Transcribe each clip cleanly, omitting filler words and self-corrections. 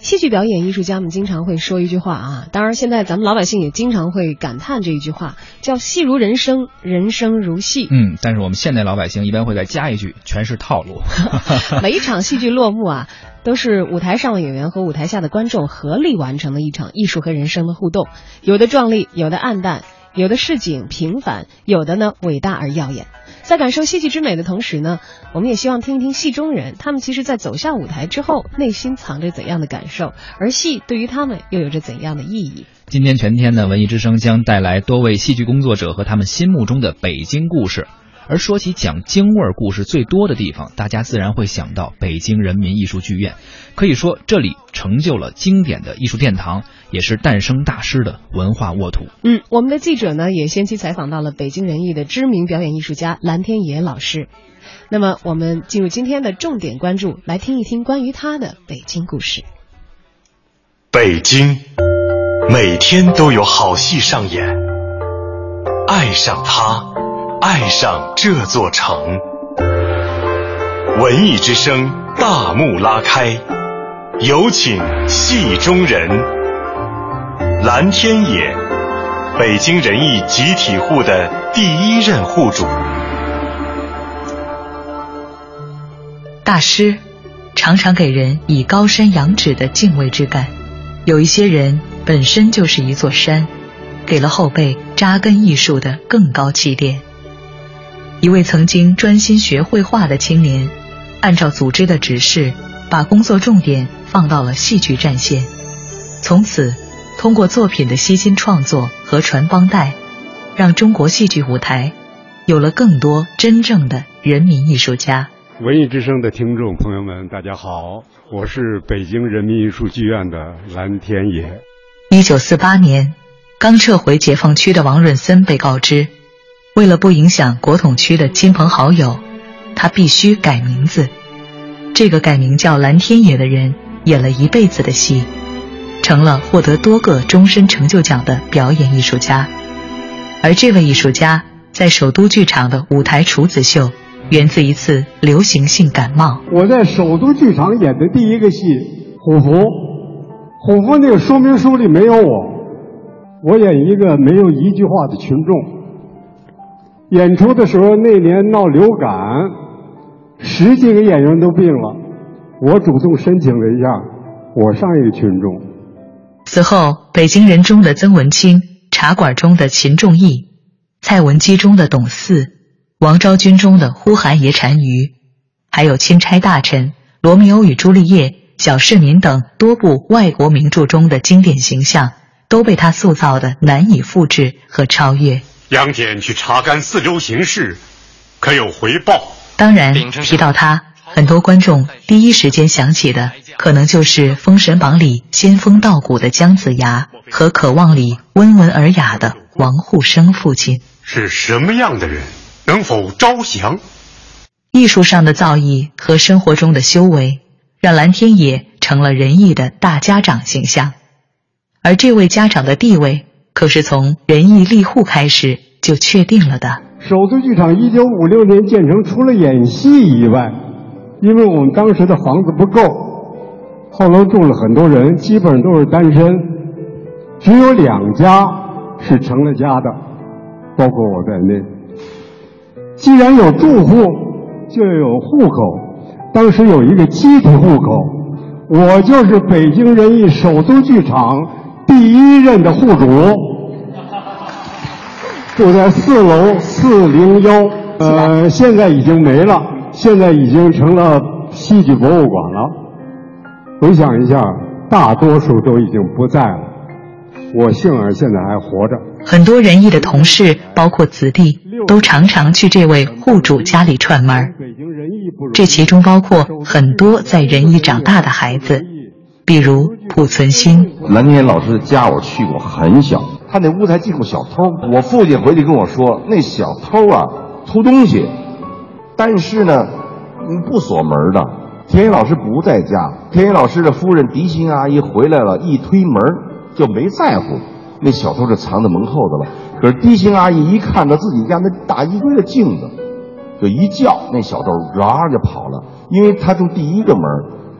戏剧表演艺术家们经常会说一句话啊，当然现在咱们老百姓也经常会感叹这一句话，叫戏如人生，人生如戏。 但是我们现代老百姓一般会再加一句，全是套路。 每一场戏剧落幕啊，都是舞台上的演员和舞台下的观众合力完成的一场艺术和人生的互动，有的壮丽，有的暗淡，有的市井平凡，有的呢伟大而耀眼。在感受戏剧之美的同时呢，我们也希望听一听戏中人，他们其实在走下舞台之后内心藏着怎样的感受，而戏对于他们又有着怎样的意义。 今天全天的文艺之声将带来多位戏剧工作者和他们心目中的北京故事。而说起讲京味故事最多的地方，大家自然会想到北京人民艺术剧院。可以说这里成就了经典的艺术殿堂，也是诞生大师的文化沃土。 我们的记者呢也先期采访到了北京人艺的知名表演艺术家蓝天野老师。那么我们进入今天的重点关注，来听一听关于他的北京故事。 北京每天都有好戏上演，爱上它，爱上这座城。文艺之声大幕拉开，有请戏中人蓝天野，北京人艺集体户的第一任户主。 大师常常给人以高山仰止的敬畏之感，有一些人本身就是一座山，给了后辈扎根艺术的更高起点。一位曾经专心学绘画的青年，按照组织的指示，把工作重点放到了戏剧战线。从此，通过作品的悉心创作和传帮带，让中国戏剧舞台有了更多真正的人民艺术家。 文艺之声的听众朋友们，大家好，我是北京人民艺术剧院的蓝天野。 1948年，刚撤回解放区的王润森被告知，为了不影响国统区的亲朋好友，他必须改名字。这个改名叫蓝天野的人演了一辈子的戏，成了获得多个终身成就奖的表演艺术家。而这位艺术家在首都剧场的舞台处子秀，源自一次流行性感冒。 我在首都剧场演的第一个戏虎符，虎符那个说明书里没有我演一个没有一句话的群众。演出的时候那年闹流感，10几个演员都病了，我主动申请了一下，我上一个群众。 此后，北京人中的曾文清，茶馆中的秦仲义，蔡文姬中的董四，王昭君中的呼韩爷单于，还有钦差大臣、罗密欧与朱丽叶、小市民等多部外国名著中的经典形象，都被他塑造的难以复制和超越。 杨戬去查干四周形势，可有回报？ 当然，提到他，很多观众第一时间想起的，可能就是《封神榜》里仙风道骨的姜子牙和《渴望》里温文尔雅的王沪生父亲。 是什么样的人？能否招降？ 艺术上的造诣和生活中的修为，让蓝天野成了人艺的大家长形象。而这位家长的地位，可是从人艺立户开始就确定了的。 首都剧场1956年建成，除了演戏以外，因为我们当时的房子不够，后楼住了很多人，基本上都是单身，只有2家是成了家的，包括我在内。既然有住户，就有户口。当时有一个集体户口，我就是北京人艺首都剧场第一任的户主，住在4楼401，现在已经没了，现在已经成了戏剧博物馆了。回想一下，大多数都已经不在了，我幸而现在还活着。 很多人艺的同事，包括子弟，都常常去这位户主家里串门，这其中包括很多在人艺长大的孩子，比如濮存昕。 蓝天野老师的家我去过，很小，他那屋才进过小偷。我父亲回去跟我说，那小偷啊偷东西，但是呢不锁门的。田野老师不在家，田野老师的夫人狄欣阿姨回来了，一推门就没在乎，那小偷是藏在门后的了。可是狄欣阿姨一看到自己家那大衣柜的镜子，就一叫，那小偷就跑了，因为他住第一个门，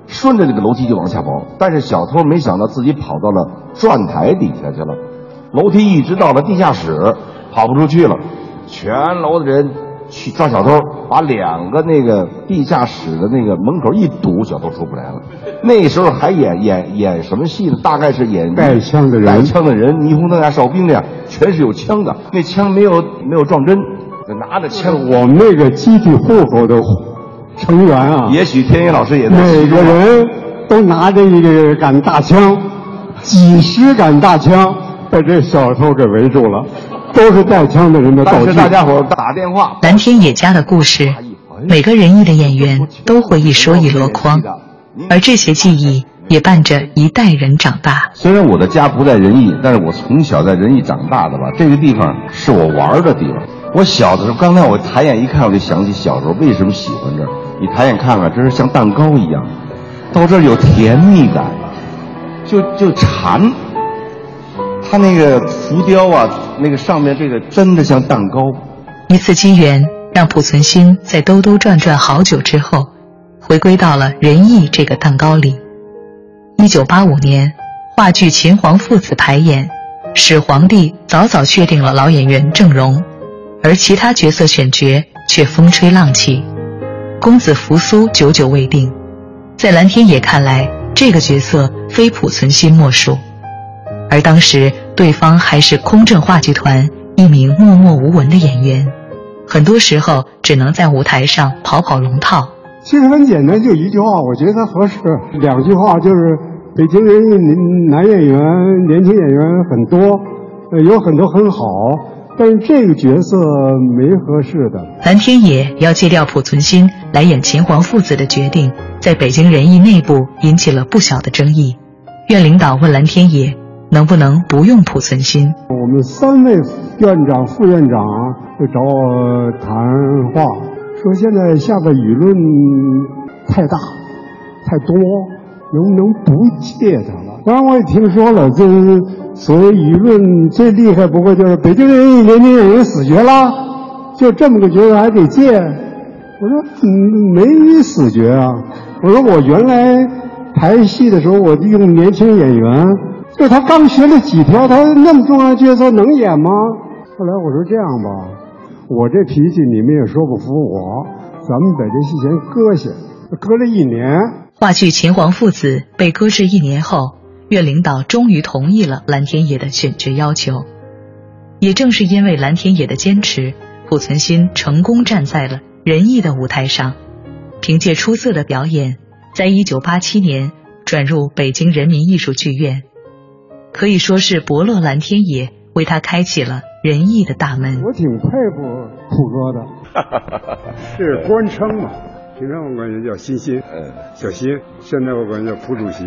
顺着这个楼梯就往下跑。但是小偷没想到自己跑到了转台底下去了，楼梯一直到了地下室，跑不出去了。全楼的人去抓小偷，把2个那个地下室的那个门口一堵，小偷出不来了。那时候还演什么戏呢？大概是演带枪的人， 霓虹灯下哨兵的呀，全是有枪的。那枪没有撞针，就拿着枪。 我们那个集体户口的成员啊， 也许天野老师也在每个人都拿着一个杆大枪，几十杆大枪，把这小偷给围住了。都是带枪的人的道具。 但是大家伙打电话。 蓝天野家的故事，每个仁义的演员都会一说一箩筐，而这些记忆也伴着一代人长大。 虽然我的家不在仁义，但是我从小在仁义长大的吧。这个地方是我玩的地方。我小的时候，刚才我抬眼一看，我就想起小时候为什么喜欢这儿。你抬眼看看，这是像蛋糕一样，到这儿有甜蜜感，就馋。它那个浮雕啊，那个上面这个真的像蛋糕。 一次机缘让濮存昕在兜兜转转好久之后，回归到了仁义这个蛋糕里。1985年，话剧《秦皇父子》排演，始皇帝早早确定了老演员阵容，而其他角色选角却风吹浪起。公子扶苏久久未定，在蓝天野看来，这个角色非濮存昕莫属。而当时对方还是空政话剧团一名默默无闻的演员，很多时候只能在舞台上跑跑龙套。 其实很简单，就一句话，我觉得它合适。2句话就是北京人男演员、年轻演员很多，有很多很好，但是这个角色没合适的。 蓝天野要借调濮存昕来演秦皇父子的决定，在北京人艺内部引起了不小的争议。院领导问蓝天野能不能不用濮存昕。 我们3位院长、副院长就找我谈话，说现在下边舆论太大、太多，能不能不借他了？当然我也听说了，这所谓舆论最厉害不过就是北京人艺年轻演员死绝了，就这么个角色还得借。我说没死绝啊，我说我原来排戏的时候我就用年轻演员。就他刚学了几条，他那么重要的角色能演吗？后来我说这样吧，我这脾气你们也说不服我，咱们把这戏先搁下，搁了1年。 话剧《秦皇父子》被搁置1年后，院领导终于同意了蓝天野的选角要求。也正是因为蓝天野的坚持，濮存昕成功站在了仁义的舞台上，凭借出色的表演，在1987年转入北京人民艺术剧院。可以说是伯乐蓝天野为他开启了仁义的大门。 我挺佩服虎哥的，是官称嘛，平常我管人叫欣欣，小欣，现在我管人叫蒲主席。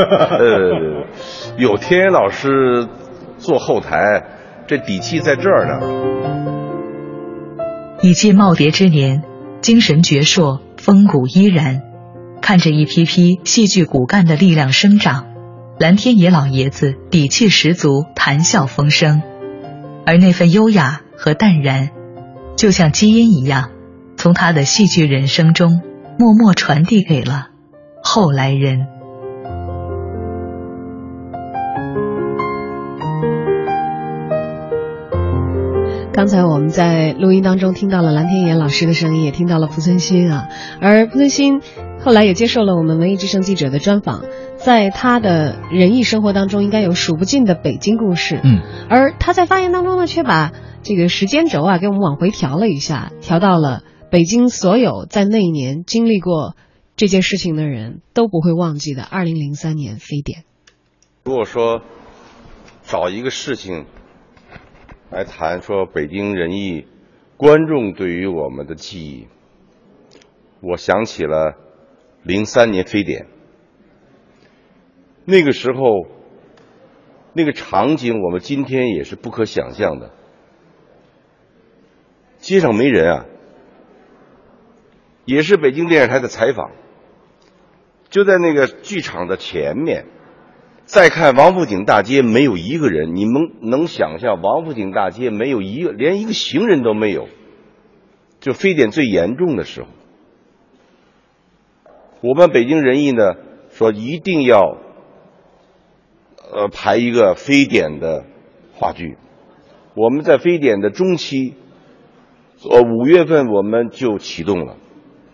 有天野老师做后台，这底气在这儿呢。 已届耄耋之年，精神矍铄，风骨依然，看着一批批戏剧骨干的力量生长，蓝天野老爷子底气十足，谈笑风生，而那份优雅和淡然，就像基因一样，从他的戏剧人生中默默传递给了后来人。 刚才我们在录音当中听到了蓝天野老师的声音，也听到了濮存昕啊，而濮存昕后来也接受了我们文艺之声记者的专访，在他的仁义生活当中应该有数不尽的北京故事，而他在发言当中呢，却把这个时间轴啊给我们往回调了一下，调到了北京所有在那一年经历过这件事情的人都不会忘记的2003年非典。 如果说找一个事情来谈说北京人艺观众对于我们的记忆，我想起了03年非典。那个时候那个场景我们今天也是不可想象的，街上没人啊，也是北京电视台的采访，就在那个剧场的前面，再看王府井大街没有一个人，你们能想象王府井大街没有一个，连一个行人都没有，就非典最严重的时候。我们北京人艺呢说一定要排一个非典的话剧。我们在非典的中期，5月份我们就启动了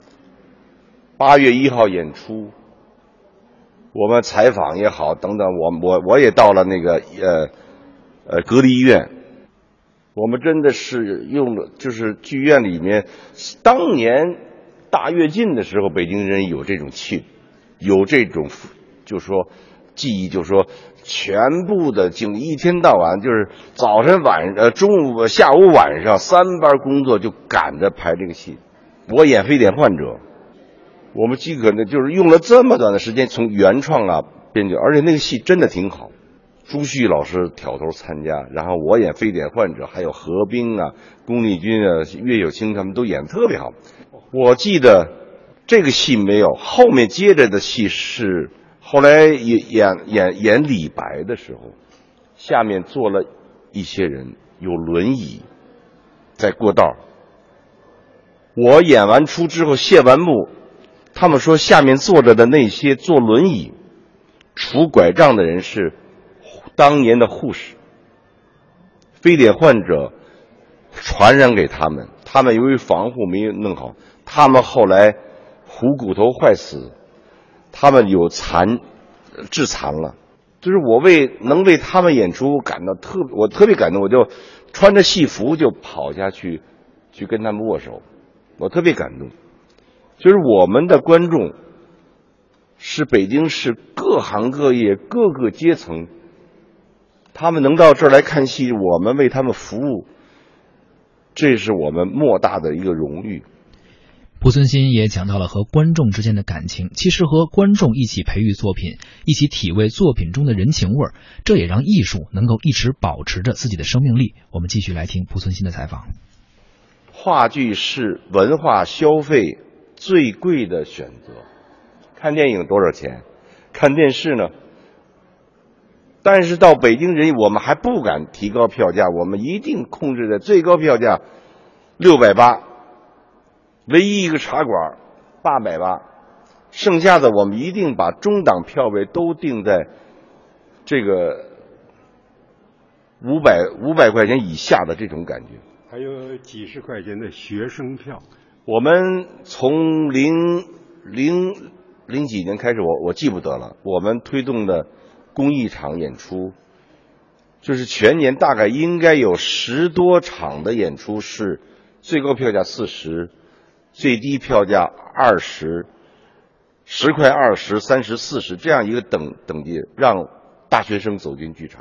，8月1号演出，我们采访也好等等，我也到了那个隔离医院，我们真的是用了，就是剧院里面当年大跃进的时候，北京人有这种气，有这种就是说记忆，就是说全部的精力一天到晚就是早晨中午下午晚上3班工作就赶着排这个戏。我演非典患者，我们饥渴呢就是用了这么短的时间，从原创啊编剧，而且那个戏真的挺好。朱旭老师挑头参加，然后我演非典患者，还有何冰啊、龚丽君啊、岳有清他们都演得特别好。我记得这个戏没有，后面接着的戏是后来演李白的时候，下面坐了一些人，有轮椅在过道。我演完出之后谢完幕，他们说下面坐着的那些坐轮椅、拄拐杖的人是当年的护士，非典患者传染给他们，他们由于防护没有弄好，他们后来股骨头坏死，他们有致残了。就是我能为他们演出感到我特别感动，我就穿着戏服就跑下去跟他们握手，我特别感动。就是我们的观众是北京市各行各业各个阶层，他们能到这儿来看戏，我们为他们服务，这是我们莫大的一个荣誉。 濮存昕也讲到了和观众之间的感情，其实和观众一起培育作品，一起体味作品中的人情味儿，这也让艺术能够一直保持着自己的生命力。我们继续来听濮存昕的采访。 话剧是文化消费最贵的选择。看电影多少钱？看电视呢？但是到北京人，我们还不敢提高票价，我们一定控制在最高票价680，唯一一个茶馆880，剩下的我们一定把中档票位都定在这个500块钱以下的这种感觉。 还有几十块钱的学生票。 我们从零几年开始，我记不得了，我们推动的公益场演出，就是全年大概应该有10多场的演出是最高票价40，最低票价20，10块20、30、40这样一个等级，让大学生走进剧场。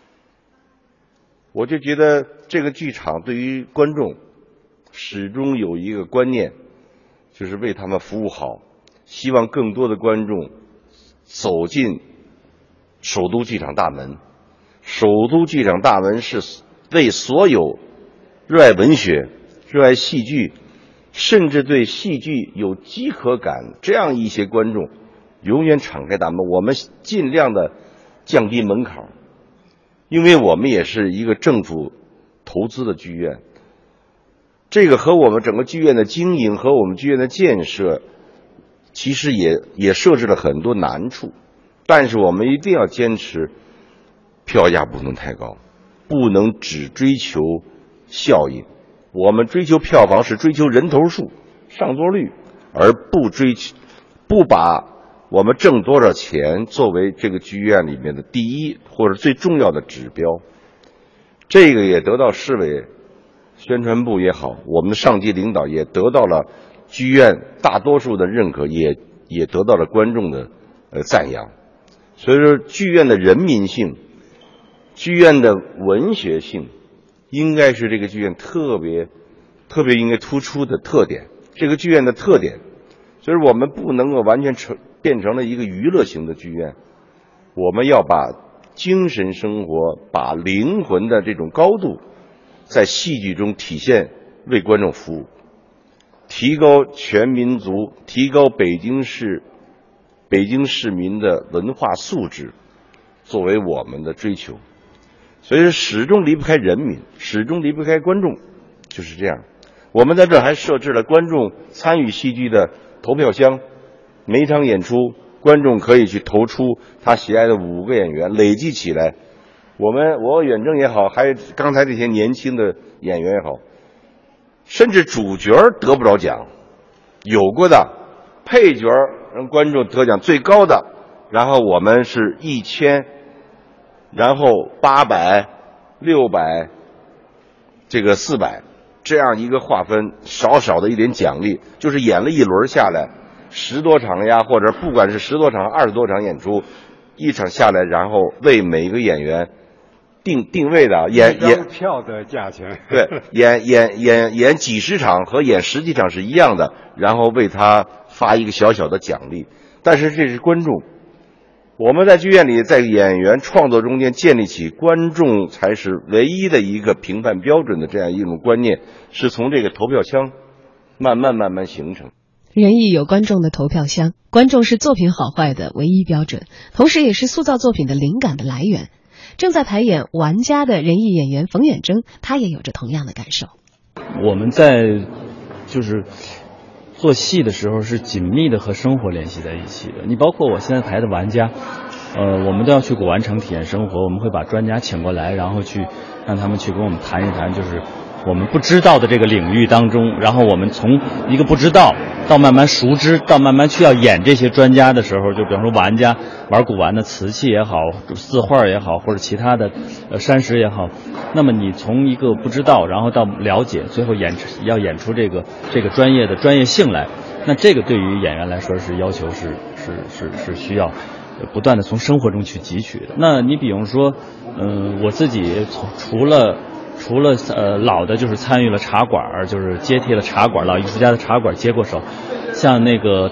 我就觉得这个剧场对于观众始终有一个观念，就是为他们服务好，希望更多的观众走进首都剧场大门。首都剧场大门是为所有热爱文学、热爱戏剧，甚至对戏剧有饥渴感这样一些观众永远敞开大门。我们尽量的降低门槛，因为我们也是一个政府投资的剧院，这个和我们整个剧院的经营和我们剧院的建设其实也设置了很多难处，但是我们一定要坚持票价不能太高，不能只追求效应。我们追求票房是追求人头数、上座率，而不把我们挣多少钱作为这个剧院里面的第一或者最重要的指标。这个也得到市委宣传部也好，我们的上级领导也得到了剧院大多数的认可，也得到了观众的赞扬。所以说剧院的人民性、剧院的文学性应该是这个剧院特别应该突出的特点，这个剧院的特点。所以我们不能够完全变成了一个娱乐型的剧院，我们要把精神生活、把灵魂的这种高度在戏剧中体现，为观众服务，提高全民族、提高北京市民的文化素质，作为我们的追求。所以始终离不开人民，始终离不开观众，就是这样。我们在这还设置了观众参与戏剧的投票箱，每一场演出观众可以去投出他喜爱的5个演员，累计起来，我远征也好，还有刚才这些年轻的演员也好，甚至主角得不着奖，有过的配角让观众得奖最高的，然后我们是1000，然后800、600，这个400，这样一个划分，少少的一点奖励，就是演了一轮下来10多场呀，或者不管是10多场、20多场演出，一场下来，然后为每一个演员定位的演票的价钱， 对，演几十场和演10几场是一样的，然后为他发一个小小的奖励。但是这是观众，我们在剧院里，在演员创作中间建立起观众才是唯一的一个评判标准的这样一种观念，是从这个投票箱慢慢形成。 仁义有观众的投票箱，观众是作品好坏的唯一标准，同时也是塑造作品的灵感的来源。正在排演《玩家》的仁义演员冯远征，他也有着同样的感受。 我们在就是做戏的时候是紧密的和生活联系在一起的。你包括我现在排的《玩家》，我们都要去古玩城体验生活，我们会把专家请过来，然后去让他们去跟我们谈一谈，就是我们不知道的这个领域当中，然后我们从一个不知道到慢慢熟知，到慢慢去要演这些专家的时候，就比方说玩家玩古玩的瓷器也好，字画也好，或者其他的山石也好，那么你从一个不知道，然后到了解，最后要演出这个专业的专业性来，那这个对于演员来说是要求是需要不断的从生活中去汲取的。那你比方说我自己除了老的就是参与了茶馆，就是接替了茶馆，老艺术家的茶馆接过手，像那个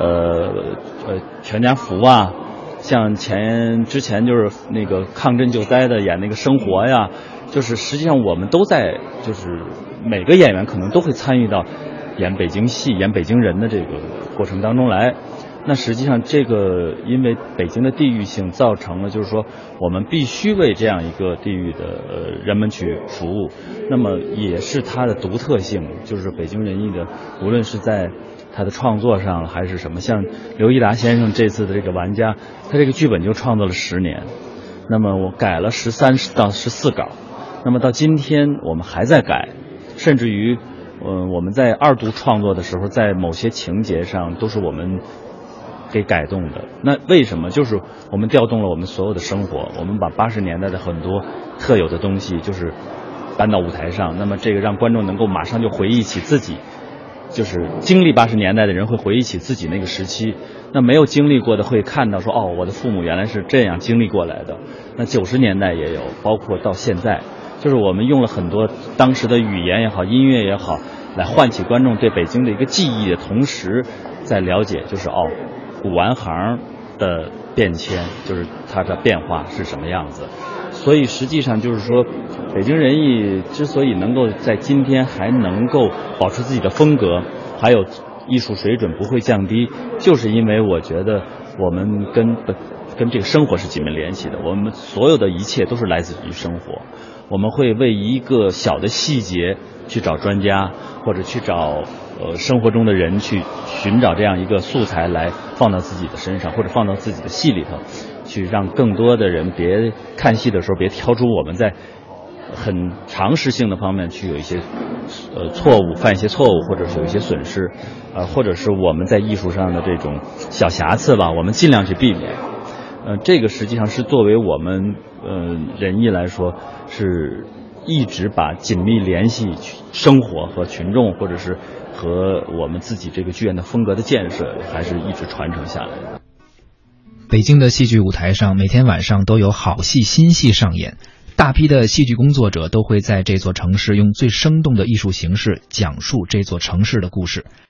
全家福啊，像之前就是那个抗震救灾的演那个生活呀，就是实际上我们都在，就是每个演员可能都会参与到演北京戏、演北京人的这个过程当中来。那实际上这个因为北京的地域性造成了，就是说我们必须为这样一个地域的人们去服务，那么也是它的独特性，就是北京人艺的无论是在他的创作上还是什么，像刘一达先生这次的这个玩家，他这个剧本就创作了10年，那么我改了13到14稿，那么到今天我们还在改，甚至于我们在2度创作的时候，在某些情节上都是我们给改动的。那为什么？就是我们调动了我们所有的生活，我们把80年代的很多特有的东西就是搬到舞台上，那么这个让观众能够马上就回忆起自己，就是经历80年代的人会回忆起自己那个时期，那没有经历过的会看到说，哦，我的父母原来是这样经历过来的。那90年代也有，包括到现在，就是我们用了很多当时的语言也好，音乐也好，来唤起观众对北京的一个记忆的同时，在了解就是古玩行的变迁，就是它的变化是什么样子。所以实际上就是说，北京人艺之所以能够在今天还能够保持自己的风格，还有艺术水准不会降低，就是因为我觉得我们跟这个生活是紧密联系的，我们所有的一切都是来自于生活。我们会为一个小的细节去找专家，或者去找生活中的人去寻找这样一个素材来放到自己的身上，或者放到自己的戏里头，去让更多的人别看戏的时候别挑出我们在很常识性的方面去有一些错误，犯一些错误，或者是有一些损失，或者是我们在艺术上的这种小瑕疵吧，我们尽量去避免。这个实际上是作为我们人艺来说，是一直把紧密联系生活和群众，或者是和我们自己这个剧院的风格的建设，还是一直传承下来的。 北京的戏剧舞台上，每天晚上都有好戏新戏上演，大批的戏剧工作者都会在这座城市用最生动的艺术形式讲述这座城市的故事。